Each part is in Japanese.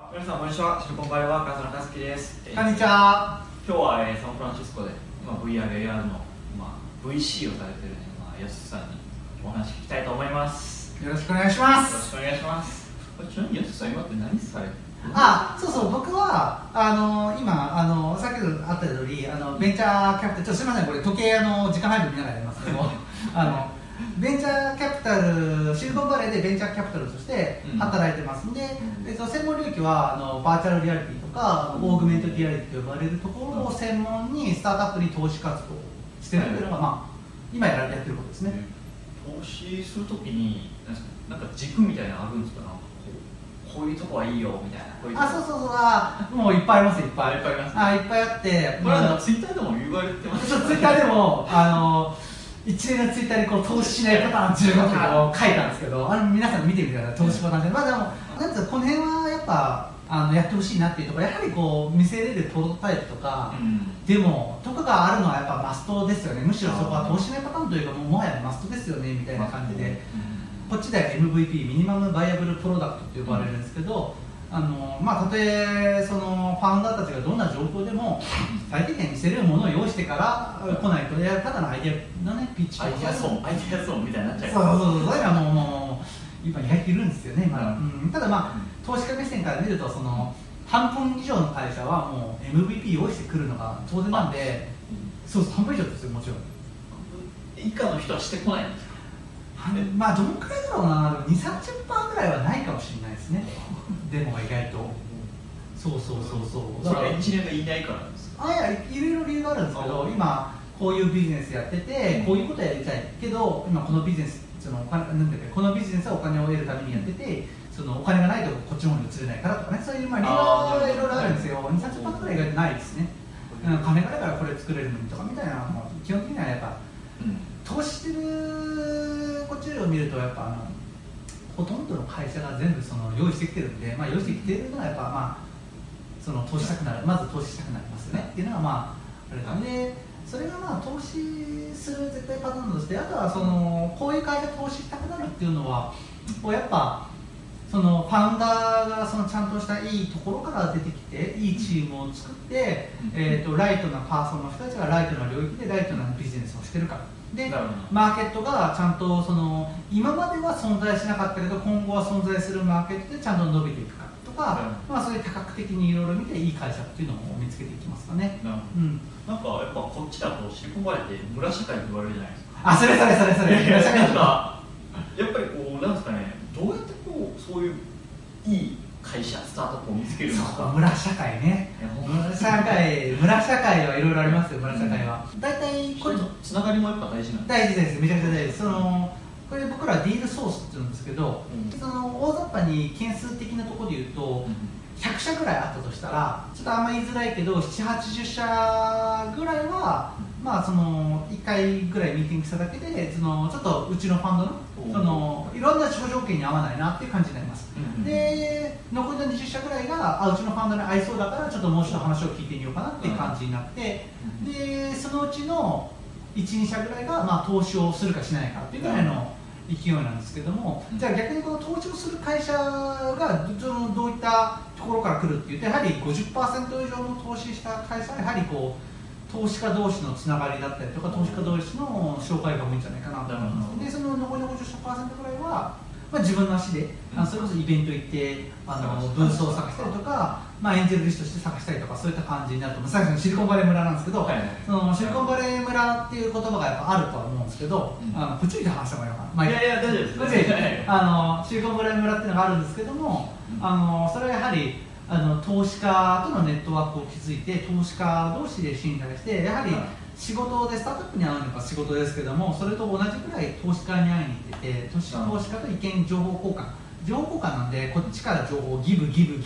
皆さんこんにちは。シリコンバレーワーカーズの和樹です。 こんにちは。 今日は、サンフランシスコで、VR、AR の、VC をされている、やすさんにお話聞きたいと思います。 よろしくお願いします。 よろしくお願いします。ちなみにやすさん今って何されてる？ そうそう、僕は今さっきあった通りベンチャーキャピタル、すみません、これ時計時間配分見ながらやりますけどベンチャーキャピタル、シリコンバレーでベンチャーキャピタルとして働いてますんで、専門領域はバーチャルリアリティとか、オーグメントリアリティと呼ばれるところを専門にスタートアップに投資活動してるというのが、今やってることですね。 投資するときになんか軸みたいなのあるんですか？こういうとこはいいよみたいな。 そう、もういっぱいあります。いっぱいあります。いっぱいあって、 これはツイッターでも言われてます。 ツイッターでも一連のツイッターに投資しないパターン15と書いたんですけど、皆さん見てみてください。投資パターンで、でもなんつうかこの辺はやっぱやってほしいなっていうところ、やはり見せれるプロトタイプとか、デモとかがあるのはやっぱマストですよね。むしろそこは投資しないパターンというか、もはやマストですよねみたいな感じで。こっちでは MVP、ミニマムバイアブルプロダクトと呼ばれるんですけど、たとえそのファウンダーたちがどんな状況でも最低限見せれるものを用意してから来ないと、ただのアイデアのね、ピッチとかアイデアソンみたいになっちゃう。 そういうのはもう今意外といるんですよね。ただ投資家目線から見ると、半分以上の会社はもう MVP 用意してくるのが当然なんで、そうです、半分以上ですよ、もちろん。 以下の人はしてこないんですか？ どのくらいだろうな、2、30% ぐらいはないかもしれないですね。でも意外と。そう。 それはエンジニアがいないからなんですか？ いろいろ理由があるんですけど、今こういうビジネスやってて、こういうことやりたいけど、今このビジネス、このビジネスはお金を得るためにやってて、お金がないとこっちの方に移れないからとかね、そういう理由がいろいろあるんですよ。2、30% ぐらい意外とないですね。金がないからこれ作れるのにとかみたいな、基本的にはやっぱ、投資してるこっちを見ると、やっぱほとんどの会社が全部用意してきてるんで、用意してきてるのはやっぱ投資したくなる、まず投資したくなりますねっていうのがあれだね。それが投資する絶対パターンとして、あとはこういう会社投資したくなるっていうのは、やっぱファウンダーがちゃんとしたいいところから出てきて、いいチームを作って、ライトなパーソンの人たちがライトな領域でライトなビジネスをしてるからで、マーケットがちゃんと今までは存在しなかったけど今後は存在するマーケットでちゃんと伸びていくかとか、そういう多角的にいろいろ見ていい会社っていうのを見つけていきますかね。 なんかやっぱこっちだとシリコンバレーって村社会って言われるじゃないですか。 それ村社会とかやっぱりなんですかね、どうやってそういういい会社スタートアップを見つけるのか。 村社会ね。村社会はいろいろありますよ。村社会は大体これつながりもやっぱ大事なんです。 大事です。めちゃくちゃ大事です。これ僕らディールソースって言うんですけど、大雑把に件数的なところで言うと、100社ぐらいあったとしたら、ちょっとあんまり言いづらいけど、7、80社ぐらいは、1回ぐらいミーティングしただけで、ちょっとうちのファンドのいろんな諸条件に合わないなっていう感じになります。で、残りの20社ぐらいがうちのファンドに合いそうだから、ちょっともう一度話を聞いてみようかなっていう感じになって、でそのうちの1、2社ぐらいが投資をするかしないかっていうぐらいの勢いなんですけども、じゃあ逆にこの投資をする会社がどういったところから来るっていうと、やはり 50% 以上の投資した会社はやはり投資家同士のつながりだったりとか、投資家同士の紹介が多いんじゃないかなと思います。で、その残りの 50% ぐらいは、自分の足で、それこそイベント行ってブースを探したりとか、エンジェルリストして探したりとか、そういった感じになると思う。最初のシリコンバレー村なんですけど、シリコンバレー村っていう言葉がやっぱあるとは思うんですけど、こっちに話した方がいいのかな。 いや大丈夫です。 シリコンバレー村っていうのがあるんですけども、それはやはり投資家とのネットワークを築いて、投資家同士で信頼して、やはり仕事でスタートアップに会うのが仕事ですけども、それと同じくらい投資家に会いに行ってて、投資家と意見情報交換なんで、こっちから情報をギブ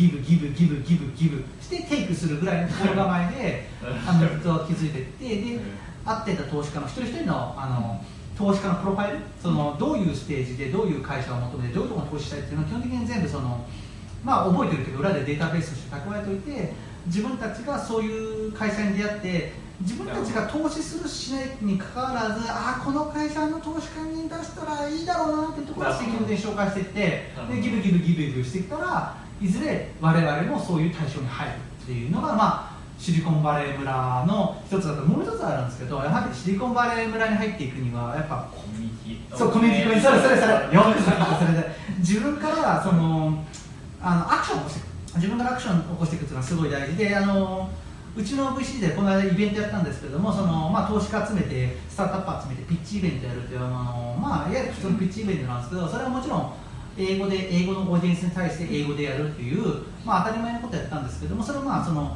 してテイクするぐらいの心構えでネットワーク築いていって、で会ってた投資家の一人一人の投資家のプロファイル、どういうステージでどういう会社を求めてどういうところに投資したいっていうのは基本的に全部覚えてるけど裏でデータベースとして蓄えておいて、 自分たちがそういう会社に出会って、自分たちが投資するしないにかかわらず、この会社の投資家に出したらいいだろうなっていうところを積極的に紹介していって、でギブしてきたら、いずれ我々もそういう対象に入るっていうのが、シリコンバレー村の一つだと、もう一つあるんですけど、やはりシリコンバレー村に入っていくにはやっぱコミュニティ、 そうコミュニティ、それよくそれで自分からアクションを起こしていく、自分からアクションを起こしていくっていうのはすごい大事で、うちの VC でこの間イベントやったんですけども、投資家集めてスタートアップ集めてピッチイベントやるっていういわゆる普通のピッチイベントなんですけど、それはもちろん英語のオーディエンスに対して英語でやるっていう、当たり前のことやったんですけども、それを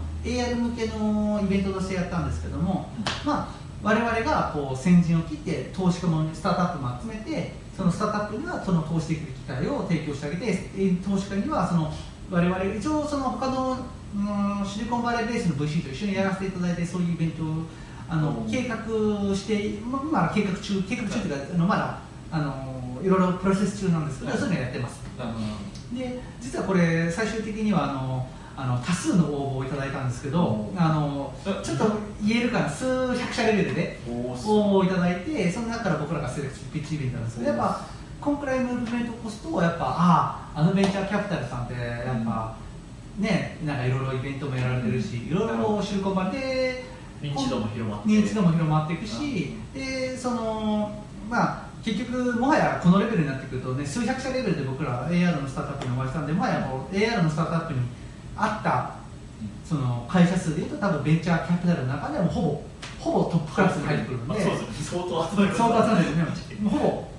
AR 向けのイベントとしてやったんですけども、我々が先陣を切って投資家もスタートアップも集めて、そのスタートアップにはその投資できる機会を提供してあげて、投資家には我々一応他のシリコンバレーベースの VC と一緒にやらせていただいて、そういうイベントを計画して、計画中というかまだいろいろプロセス中なんですけど、そういうのをやってます。で実はこれ最終的には多数の応募をいただいたんですけど、ちょっと言えるかな、数百社レベルで応募をいただいて、その中から僕らがセレクトピッチイベントなんですけど、やっぱこんくらいムーブメントを起こすと、やっぱベンチャーキャピタルさんってやっぱね、なんかいろいろイベントもやられてるし、いろいろシリコンバレーで認知度も広まっていくし、で結局もはやこのレベルになってくるとね、数百社レベルで僕ら AR のスタートアップにお会いしたんで、もはやもう AR のスタートアップにあったその会社数でいうと、多分ベンチャーキャピタルの中でもほぼトップクラスに入ってくるので、 相当集めるんですね。ほぼ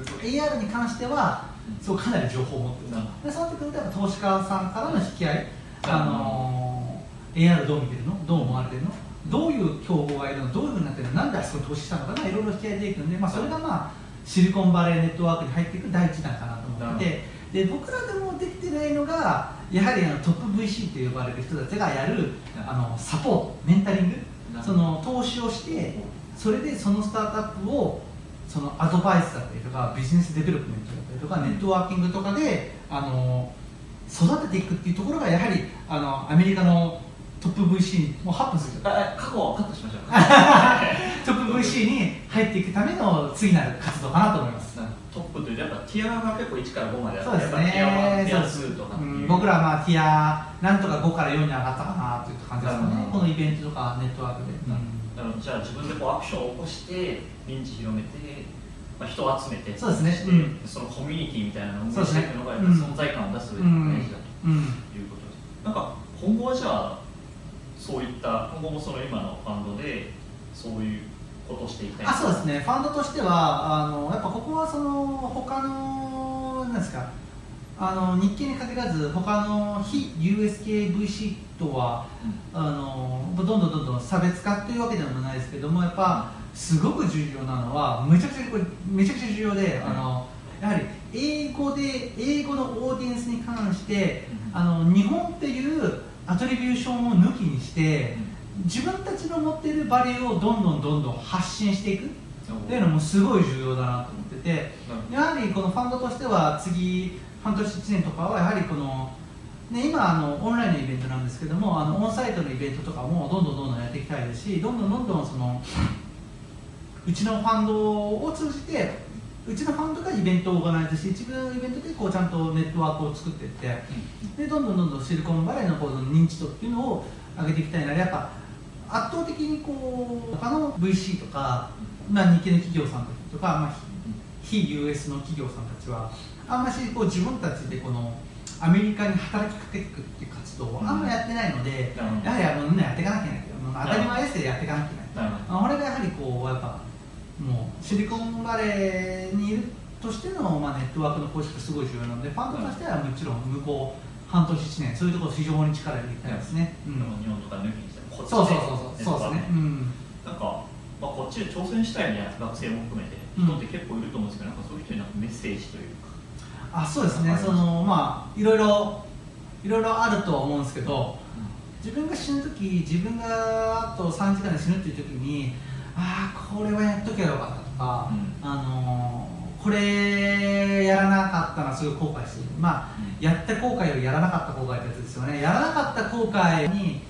AR に関してはそうかなり情報を持ってる、でそうなってくると、投資家さんからの引き合い、AR どう見てるの、どう思われてるの、どういう競合がいるの、どういうふうになってるの、なんであそこに投資したのかな、いろいろ引き合いでいくので、それがシリコンバレーネットワークに入っていく第一弾かなと思ってて、で僕らでもできてないのが、やはりトップ VC と呼ばれる人たちがやるサポート、メンタリング、その投資をして、それでそのスタートアップをそのアドバイスだったりとか、ビジネスデベロップメントだったりとか、ネットワーキングとかで育てていくっていうところが、やはりアメリカのトップ VC もう8分する過去をカットしましょうトップ VC に入っていくための次なる活動かなと思います。 トップというとやっぱティアが結構1から5まであって、 そうですね、 ティア1、ティア2とか僕らはティアなんとか5から4に上がったかなという感じですかね、このイベントとかネットワークで。 じゃあ自分でアクションを起こして認知広めて、人を集めて、 そうですね、 そのコミュニティみたいなのを運営していくのが存在感を出す上で大事だということです。なんか今後はじゃあそういった今後もその今のファンドでそういうことをしていきたい。 そうですね、ファンドとしてはやっぱここはその他のなんですか、日系に限らず他の非 US 系 VC とは、どんどん差別化というわけでもないですけども、やっぱすごく重要なのはめちゃくちゃ重要で、やはり英語のオーディエンスに関して、日本っていうアトリビューションを抜きにして、自分たちの持っているバリューをどんどん発信していくっていうのもすごい重要だなと思ってて、やはりこのファンドとしては次半年1年とかはやはりこの、今オンラインのイベントなんですけども、オンサイトのイベントとかもどんどんやっていきたいですし、どんどんそのうちのファンドを通じて、うちのファンドがイベントをオーガナイズして、一部のイベントでちゃんとネットワークを作っていって、でどんどんシリコンバレーの認知度っていうのを上げていきたいので、やっぱ圧倒的に他の VC とか、日系の企業さんとか、非 US の企業さんたちはあんまし自分たちでアメリカに働きかけていくっていう活動をあんまやってないので、やはりやっていかなきゃいけない、当たり前ですけどやっていかなきゃいけない、これがやはりやっぱもうシリコンバレーにいるとしての、ネットワークの構築がすごい重要なので、ファンドとしてはもちろん向こう半年1年そういうところ非常に力入れていきたいですね。 日本とか抜きにしてもこっちでそうですね。 なんかこっちで挑戦したい学生も含めて人って結構いると思うんですけど、なんかそういう人にメッセージというか。 そうですね。いろいろあるとは思うんですけど、自分が死ぬとき、自分があと3時間で死ぬっていうときに、これはやっとけばよかったとか、これやらなかったらすごい後悔する、やった後悔よりやらなかった後悔ってやつですよね。やらなかった後悔に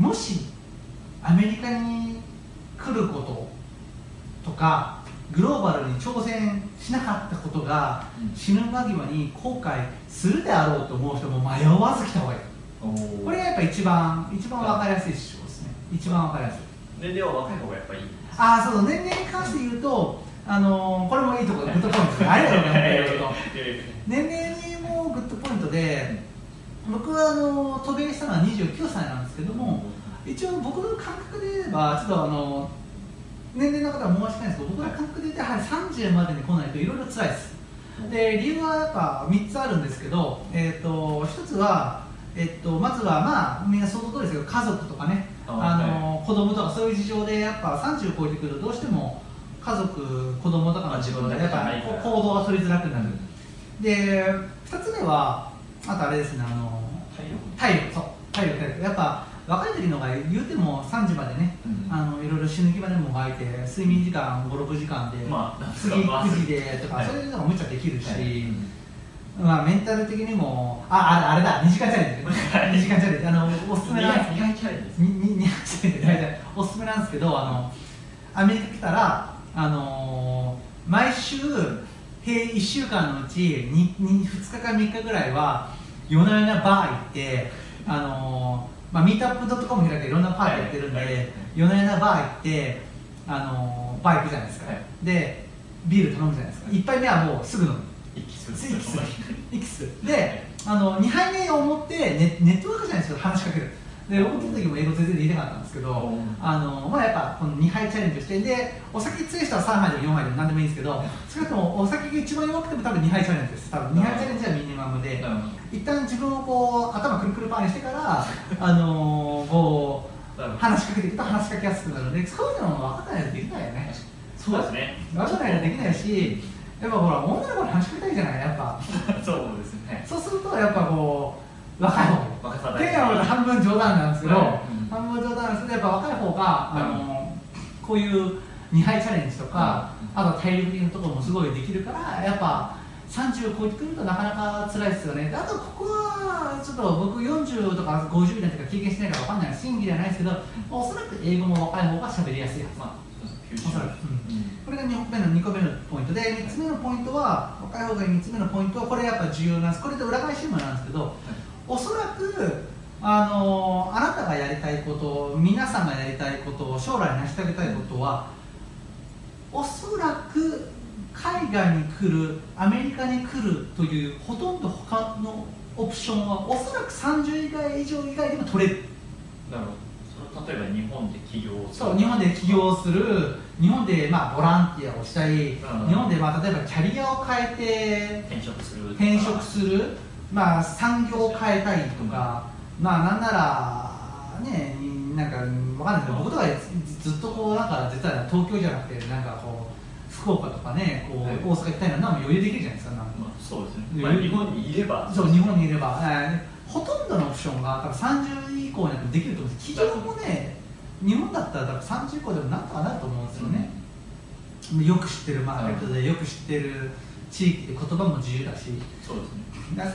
もしアメリカに来ることとかグローバルに挑戦しなかったことが死ぬ間際に後悔するであろうと思う人も迷わず来た方がいい。これがやっぱ一番分かりやすい主張ですね。一番分かりやすい。 年齢は若い方がやっぱりいい。 そう年齢に関して言うと、これもいいところ、グッドポイントですね。ありがとうございます。年齢にもグッドポイントで、僕は渡米したのは29歳なんですけども、一応僕の感覚で言えば、ちょっと年齢の方は申し訳ないんですけど、僕の感覚で言ってやはり30までに来ないといろいろ辛いです。で理由はやっぱ3つあるんですけど、1つは、まずはみんな想像通りですけど、家族とかね、子供とかそういう事情でやっぱ30を超えてくるとどうしても家族、子供とかの自分でやっぱ行動が取りづらくなる。で2つ目はあとあれですね、体力やっぱ若い時のが言うても3時までね、いろいろ死ぬ気までもがいて睡眠時間5、6時間で、次9時でとか、そういうのが無茶できるし、メンタル的にもあれだ、2時間チャレンジ2時間チャレンジおすすめなんです2杯チャレンジおすすめなんですけど、アメリカ来たら毎週1週間のうち 2日か3日ぐらいは夜な夜なバー行ってミートアップ.com 開いていろんなパーティーやってるんで、夜な夜なバー行ってバー行くじゃないですか、でビール頼むじゃないですか。1杯目はもうすぐ飲む、息するで2杯目を持ってネットワークじゃないですけど話しかける。で僕の時も英語全然言いたかったんですけど、やっぱこの2杯チャレンジして、でお酒強い人は3杯でも4杯でも何でもいいんですけど、少なくともお酒が一番弱くても多分2杯チャレンジです。多分2杯チャレンジはミニマムで、一旦自分をこう頭くるくるパーにしてからこう話しかけていくと話しかけやすくなるので、そういうのも分かんないとできないよね。 そうですね、 分かんないとできないし、やっぱほら女の子に話しかけたいじゃない、やっぱそうですね。 そうするとやっぱこう若い方が手は半分冗談なんですけど、半分冗談なんですけど、やっぱ若い方がこういう2杯チャレンジとか、あとは体力的なところもすごいできるから、やっぱ30を超えてくるとなかなか辛いですよね。あとここはちょっと僕40とか50年とか経験してないから分かんない真偽ではないですけど、おそらく英語も若い方が喋りやすいはず。おそらく、これが2個目のポイントで、3つ目のポイントは、若い方がいい3つ目のポイントは、これやっぱ重要なんです。これで裏返しもなんですけど、おそらくあなたがやりたいこと、皆さんがやりたいこと、将来成し遂げたいことは、おそらく海外に来る、アメリカに来るというほとんど他のオプションはおそらく30以上以外でも取れる。 なるほど。例えば日本で起業する、 そう、日本で起業する、日本でボランティアをしたり、日本で例えばキャリアを変えて転職する、産業を変えたいとか、なんならね、なんかわかんないけど、僕とかずっとこうなんか実は東京じゃなくてなんかこう福岡とかね、こう大阪行きたいのは余裕できるじゃないですか。 そうですね。日本にいれば、 そう、日本にいれば、ほとんどのオプションが多分30以降になってもできると思うんです。起業もね、日本だったら多分30以降でもなんとかなると思うんですよね。よく知ってるマーケットで、よく知ってる地域で言葉も自由だし。 そうですね。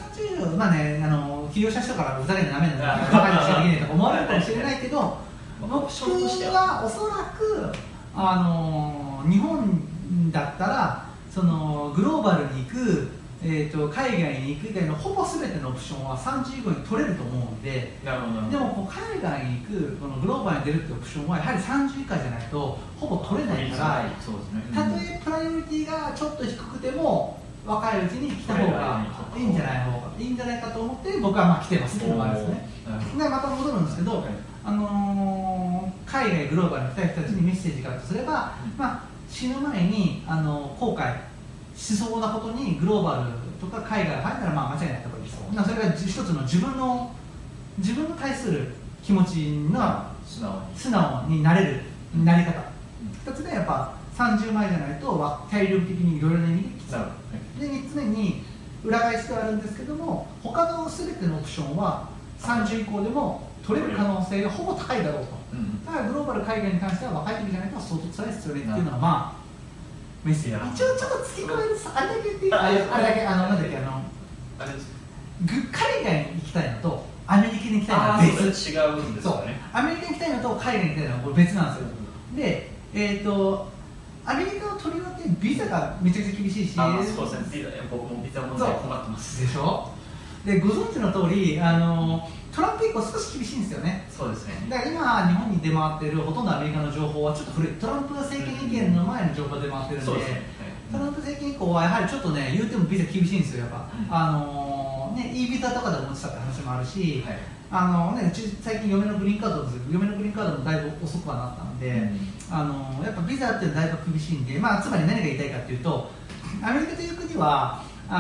30、起業した人からふざけてダメだな、バカにしかできないとか思われるかもしれないけど、僕はおそらく日本だったらそのグローバルに行く、海外に行く以外のほぼ全てのオプションは30以降に取れると思うんで、でもこう海外に行く、このグローバルに出るってオプションはやはり30以下じゃないとほぼ取れないから、たとえプライオリティがちょっと低くても若いうちに来た方がいいんじゃないかと思って僕は来てますっていうのがあるんですね。でまた戻るんですけど、海外グローバルに来たい人たちにメッセージがあるとすれば、死ぬ前に後悔しそうなことにグローバルとか海外が入ったら間違いないところです。それが一つの自分の対する気持ちの素直になれるなり方。2つ目はやっぱ30前じゃないと体力的にいろいろな意味できつい。で3つ目に裏返しではあるんですけども、他の全てのオプションは30以降でも取れる可能性がほぼ高いだろうと。だからグローバル海外に関しては若い時じゃないと相当辛いですよねっていうのがメッセージ。一応ちょっと付け加える、あれだけっていうか、あれだけなんだっけ、海外に行きたいのとアメリカに行きたいのは別。 違うんですよね。 アメリカに行きたいのと海外に行きたいのはこれ別なんですよ。で、アメリカを取り終わってビザがめちゃくちゃ厳しいし、 そうですね、僕もビザ問題困ってますでしょ。でご存知の通りトランプ以降少し厳しいんですよね。 そうですね。 だから今日本に出回っているほとんどアメリカの情報はちょっと古い、トランプ政権以前の前の情報が出回ってるんで、トランプ政権以降はやはりちょっとね、言うてもビザ厳しいんですよ、やっぱ。E ビザとかでも落ちたって話もあるし、うち最近嫁のグリーンカードですけど、嫁のグリーンカードもだいぶ遅くはなったので、やっぱビザってだいぶ厳しいんで、つまり何が言いたいかというと、アメリカという国は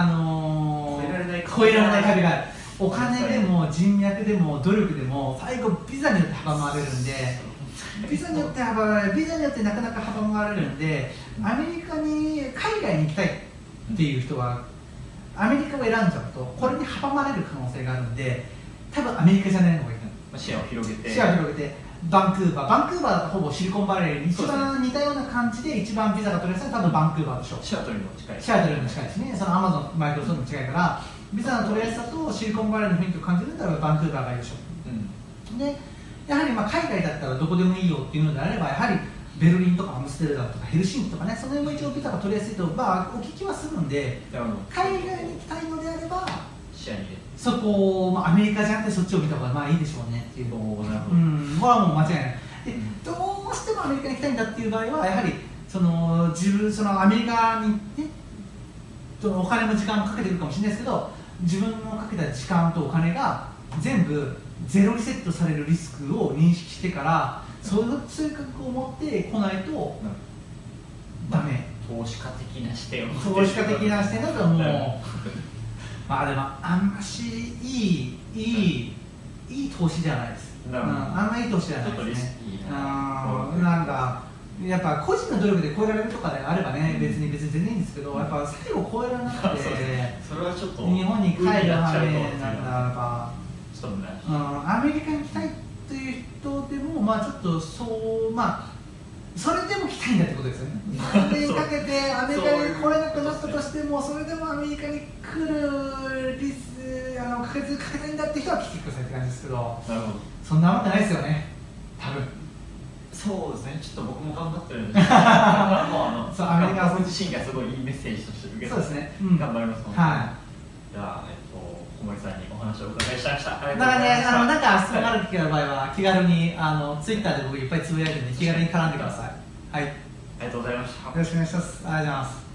超えられない壁がある。お金でも人脈でも努力でも最後ビザによって阻まれるんで、ビザによってなかなか阻まれるんで、アメリカに海外に行きたいっていう人はアメリカを選んじゃうとこれに阻まれる可能性があるんで、多分アメリカじゃない方がいいな。 視野を広げてバンクーバーだとほぼシリコンバレーに一番似たような感じで一番ビザが取れやすいのは多分バンクーバーでしょう。 シアトルにも近いですね。そのアマゾン、マイクロソフトも近いからビザの取りやすさとシリコンバレーの雰囲気を感じるんだったらバンクーバーがいいでしょう、でやはり海外だったらどこでもいいよっていうのであれば、やはりベルリンとかアムステルダムとかヘルシンキとかね、その辺も一応ビザが取りやすいとお聞きはするんで、海外に行きたいのであれば視野に入れてそこを、アメリカじゃなくてそっちを見た方がいいでしょうねっていう。これはもう間違いない。でどうしてもアメリカに行きたいんだっていう場合はやはりアメリカに行ってお金も時間もかけてるかもしれないですけど、自分のかけた時間とお金が全部ゼロリセットされるリスクを認識してからそういう覚悟を持ってこないとダメ。 投資家的な視点だともうでもあんましいい投資じゃないです。あんまいい投資じゃないですね。なんかやっぱ個人の努力で超えられるとかであればね、別に全然いいんですけど、やっぱ最後超えられなくてそれはちょっと日本に帰る羽目なんだらば、アメリカに来たいという人でもちょっとそれでも来たいんだってことですよね。それにかけてアメリカに来れなくなったとしても、それでもアメリカに来る確率かけたいんだって人は来てくださいって感じですけど、そんなわけないですよね、多分。 そうですね、ちょっと僕も頑張ってるんですけど、アメリカ自身がすごいいいメッセージとして受けて、頑張ります。じゃあ、小森さんにお話をお伺いしました。 なんか質問がある機会の場合は気軽にツイッターで僕いっぱいつぶやいてるんで気軽に絡んでください。はい、 ありがとうございました。 よろしくお願いします。ありがとうございます。